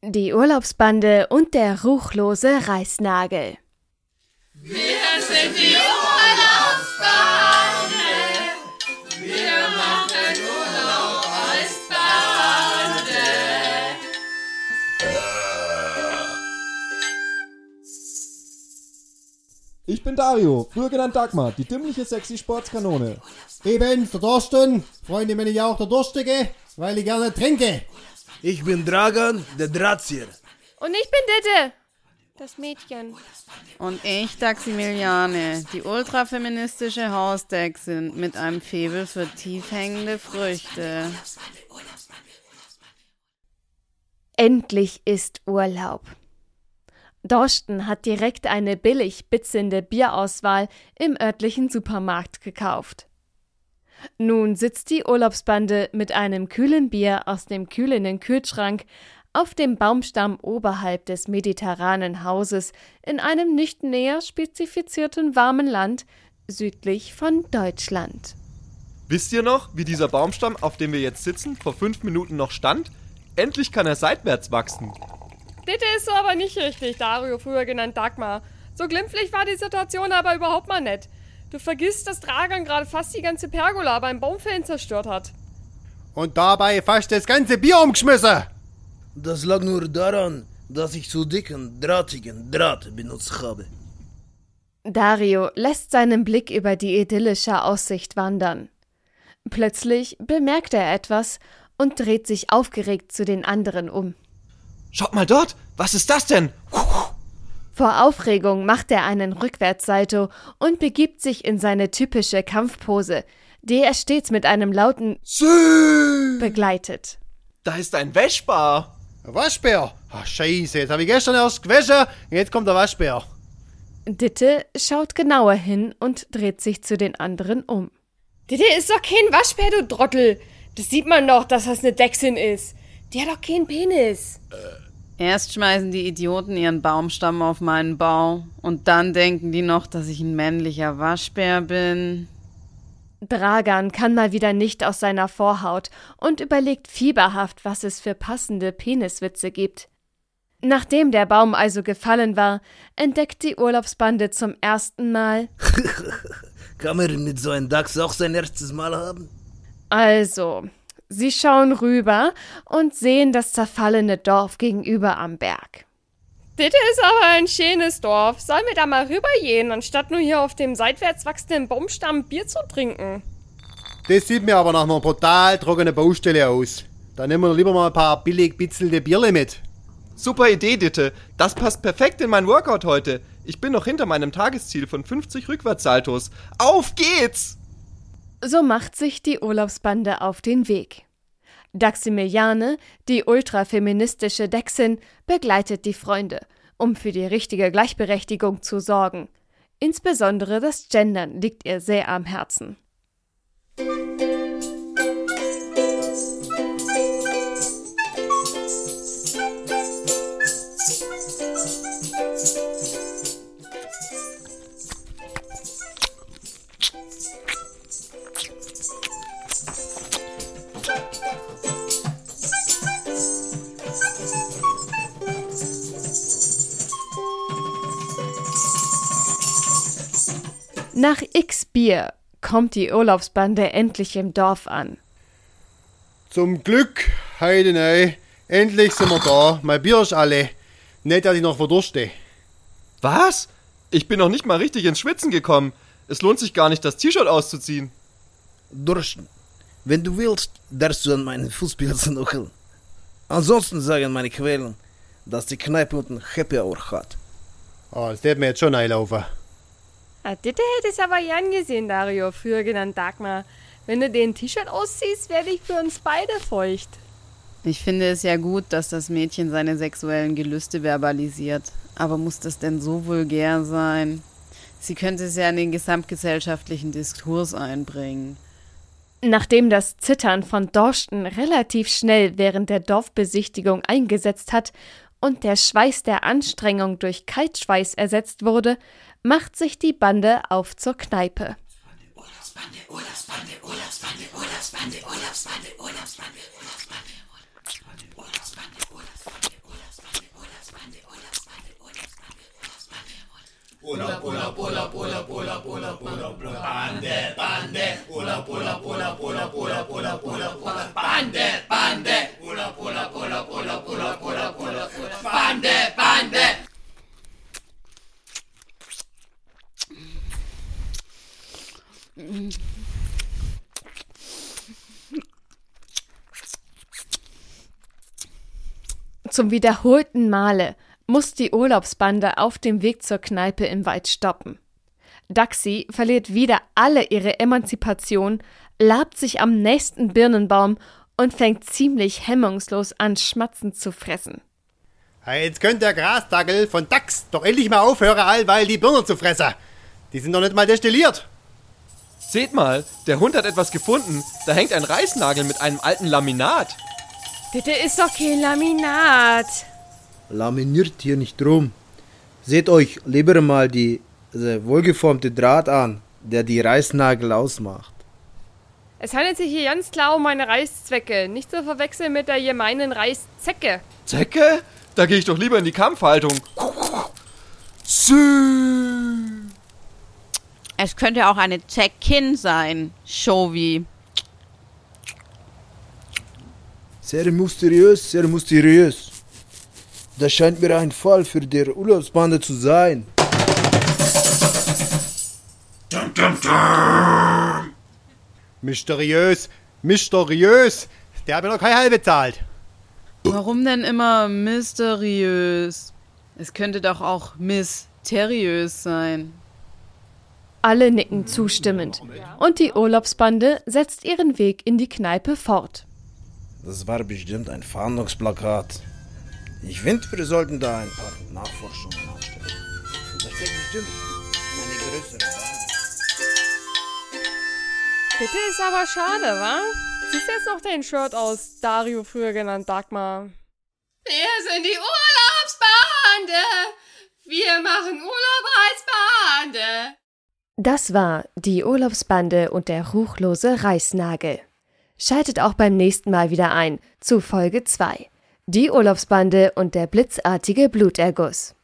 Die Urlaubsbande und der ruchlose Reißnagel. Wir sind die Urlaubsbande. Wir machen Urlaub als Bande. Ich bin Dario, früher genannt Dagmar, die dümmliche sexy Sportskanone. Eben, der Dorsten. Freunde, bin ich auch der Durstige, weil ich gerne trinke. Ich bin Dragan, der Drahtzieher. Und ich bin Ditte, das Mädchen. Und ich, Daximiliane, die ultrafeministische Hausdechsin mit einem Faible für tiefhängende Früchte. Endlich ist Urlaub. Dorsten hat direkt eine billig bitzende Bierauswahl im örtlichen Supermarkt gekauft. Nun sitzt die Urlaubsbande mit einem kühlen Bier aus dem kühlenden Kühlschrank auf dem Baumstamm oberhalb des mediterranen Hauses in einem nicht näher spezifizierten warmen Land südlich von Deutschland. Wisst ihr noch, wie dieser Baumstamm, auf dem wir jetzt sitzen, vor 5 Minuten noch stand? Endlich kann er seitwärts wachsen. Ditte ist so aber nicht richtig, Dario, früher genannt Dagmar. So glimpflich war die Situation aber überhaupt mal nicht. Du vergisst, dass Dragan gerade fast die ganze Pergola beim Baumfällen zerstört hat. Und dabei fast das ganze Bier umgeschmissen. Das lag nur daran, dass ich zu dicken, drahtigen Draht benutzt habe. Dario lässt seinen Blick über die idyllische Aussicht wandern. Plötzlich bemerkt er etwas und dreht sich aufgeregt zu den anderen um. Schaut mal dort, was ist das denn? Vor Aufregung macht er einen Rückwärtssalto und begibt sich in seine typische Kampfpose, die er stets mit einem lauten Sü begleitet. Da ist ein Waschbär. Ein Waschbär? Ach, scheiße, jetzt habe ich gestern erst gewaschen, jetzt kommt der Waschbär. Ditte schaut genauer hin und dreht sich zu den anderen um. Ditte ist doch kein Waschbär, du Trottel. Das sieht man doch, dass das eine Dechsin ist. Die hat doch keinen Penis. Erst schmeißen die Idioten ihren Baumstamm auf meinen Bau und dann denken die noch, dass ich ein männlicher Waschbär bin. Dragan kann mal wieder nicht aus seiner Vorhaut und überlegt fieberhaft, was es für passende Peniswitze gibt. Nachdem der Baum also gefallen war, entdeckt die Urlaubsbande zum ersten Mal: Kann man mit so einem Dachs auch sein erstes Mal haben? Also, sie schauen rüber und sehen das zerfallene Dorf gegenüber am Berg. Ditte ist aber ein schönes Dorf. Sollen wir da mal rübergehen, anstatt nur hier auf dem seitwärts wachsenden Baumstamm Bier zu trinken? Das sieht mir aber nach einer brutal trockenen Baustelle aus. Da nehmen wir lieber mal ein paar billig bitzelnde Bierle mit. Super Idee, Ditte. Das passt perfekt in mein Workout heute. Ich bin noch hinter meinem Tagesziel von 50 Rückwärtssaltos. Auf geht's! So macht sich die Urlaubsbande auf den Weg. Daximiliane, die ultrafeministische Dechsin, begleitet die Freunde, um für die richtige Gleichberechtigung zu sorgen. Insbesondere das Gendern liegt ihr sehr am Herzen. Nach x Bier kommt die Urlaubsbande endlich im Dorf an. Zum Glück, Heidenei, endlich sind wir da. Mein Bier ist alle. Nicht, dass ich noch verdurste. Was? Ich bin noch nicht mal richtig ins Schwitzen gekommen. Es lohnt sich gar nicht, das T-Shirt auszuziehen. Dursten. Wenn du willst, darfst du an meinen Fußpilzen nuckeln. Ansonsten sagen meine Quellen, dass die Kneipe unten Happy Hour hat. Oh, das wird mir jetzt schon einlaufen. Ditte hätte es aber gern gesehen, Dario, früher genannt Dagmar. Wenn du den T-Shirt ausziehst, werde ich für uns beide feucht. Ich finde es ja gut, dass das Mädchen seine sexuellen Gelüste verbalisiert. Aber muss das denn so vulgär sein? Sie könnte es ja in den gesamtgesellschaftlichen Diskurs einbringen. Nachdem das Zittern von Dorsten relativ schnell während der Dorfbesichtigung eingesetzt hat und der Schweiß der Anstrengung durch Kaltschweiß ersetzt wurde, macht sich die Bande auf zur Kneipe. Urlaub, Urlaub, Urlaub, Urlaub, Urlaub, Urlaub, Urlaub, Urlaub, Bande, Bande, Urlaub, Urlaub, Urlaub, Urlaub, Urlaub, Urlaub, Urlaub, Urlaub, Bande, Bande, Urlaub, Urlaub, Urlaub, Urlaub, Urlaub, Urlaub, Urlaub, Urlaub, Bande, Bande. Zum wiederholten Male muss die Urlaubsbande auf dem Weg zur Kneipe im Wald stoppen. Daxi verliert wieder alle ihre Emanzipation, labt sich am nächsten Birnenbaum und fängt ziemlich hemmungslos an, Schmatzen zu fressen. Hey, jetzt könnte der Grasdackel von Dachs doch endlich mal aufhören, allweil die Birnen zu fressen. Die sind doch nicht mal destilliert. Seht mal, der Hund hat etwas gefunden. Da hängt ein Reißnagel mit einem alten Laminat. Das ist doch kein Laminat. Laminiert hier nicht rum. Seht euch lieber mal die wohlgeformte Draht an, der die Reißnagel ausmacht. Es handelt sich hier ganz klar um eine Reißzwecke, nicht zu verwechseln mit der gemeinen Reißzecke. Zecke? Da gehe ich doch lieber in die Kampfhaltung. Es könnte auch eine Zeckin sein, Shovi. Sehr mysteriös, sehr mysteriös. Das scheint mir ein Fall für die Urlaubsbande zu sein. Mysteriös, mysteriös. Der hat mir noch keine halbe bezahlt. Warum denn immer mysteriös? Es könnte doch auch mysteriös sein. Alle nicken zustimmend und die Urlaubsbande setzt ihren Weg in die Kneipe fort. Das war bestimmt ein Fahndungsplakat. Ich finde, wir sollten da ein paar Nachforschungen anstellen. Da steckt bestimmt eine größere Bande. Das ist aber schade, wa? Siehst jetzt noch dein Shirt aus, Dario, früher genannt Dagmar. Wir sind die Urlaubsbande. Wir machen Urlaub als Bande. Das war die Urlaubsbande und der ruchlose Reißnagel. Schaltet auch beim nächsten Mal wieder ein zu Folge 2. Die Urlaubsbande und der blitzartige Bluterguss.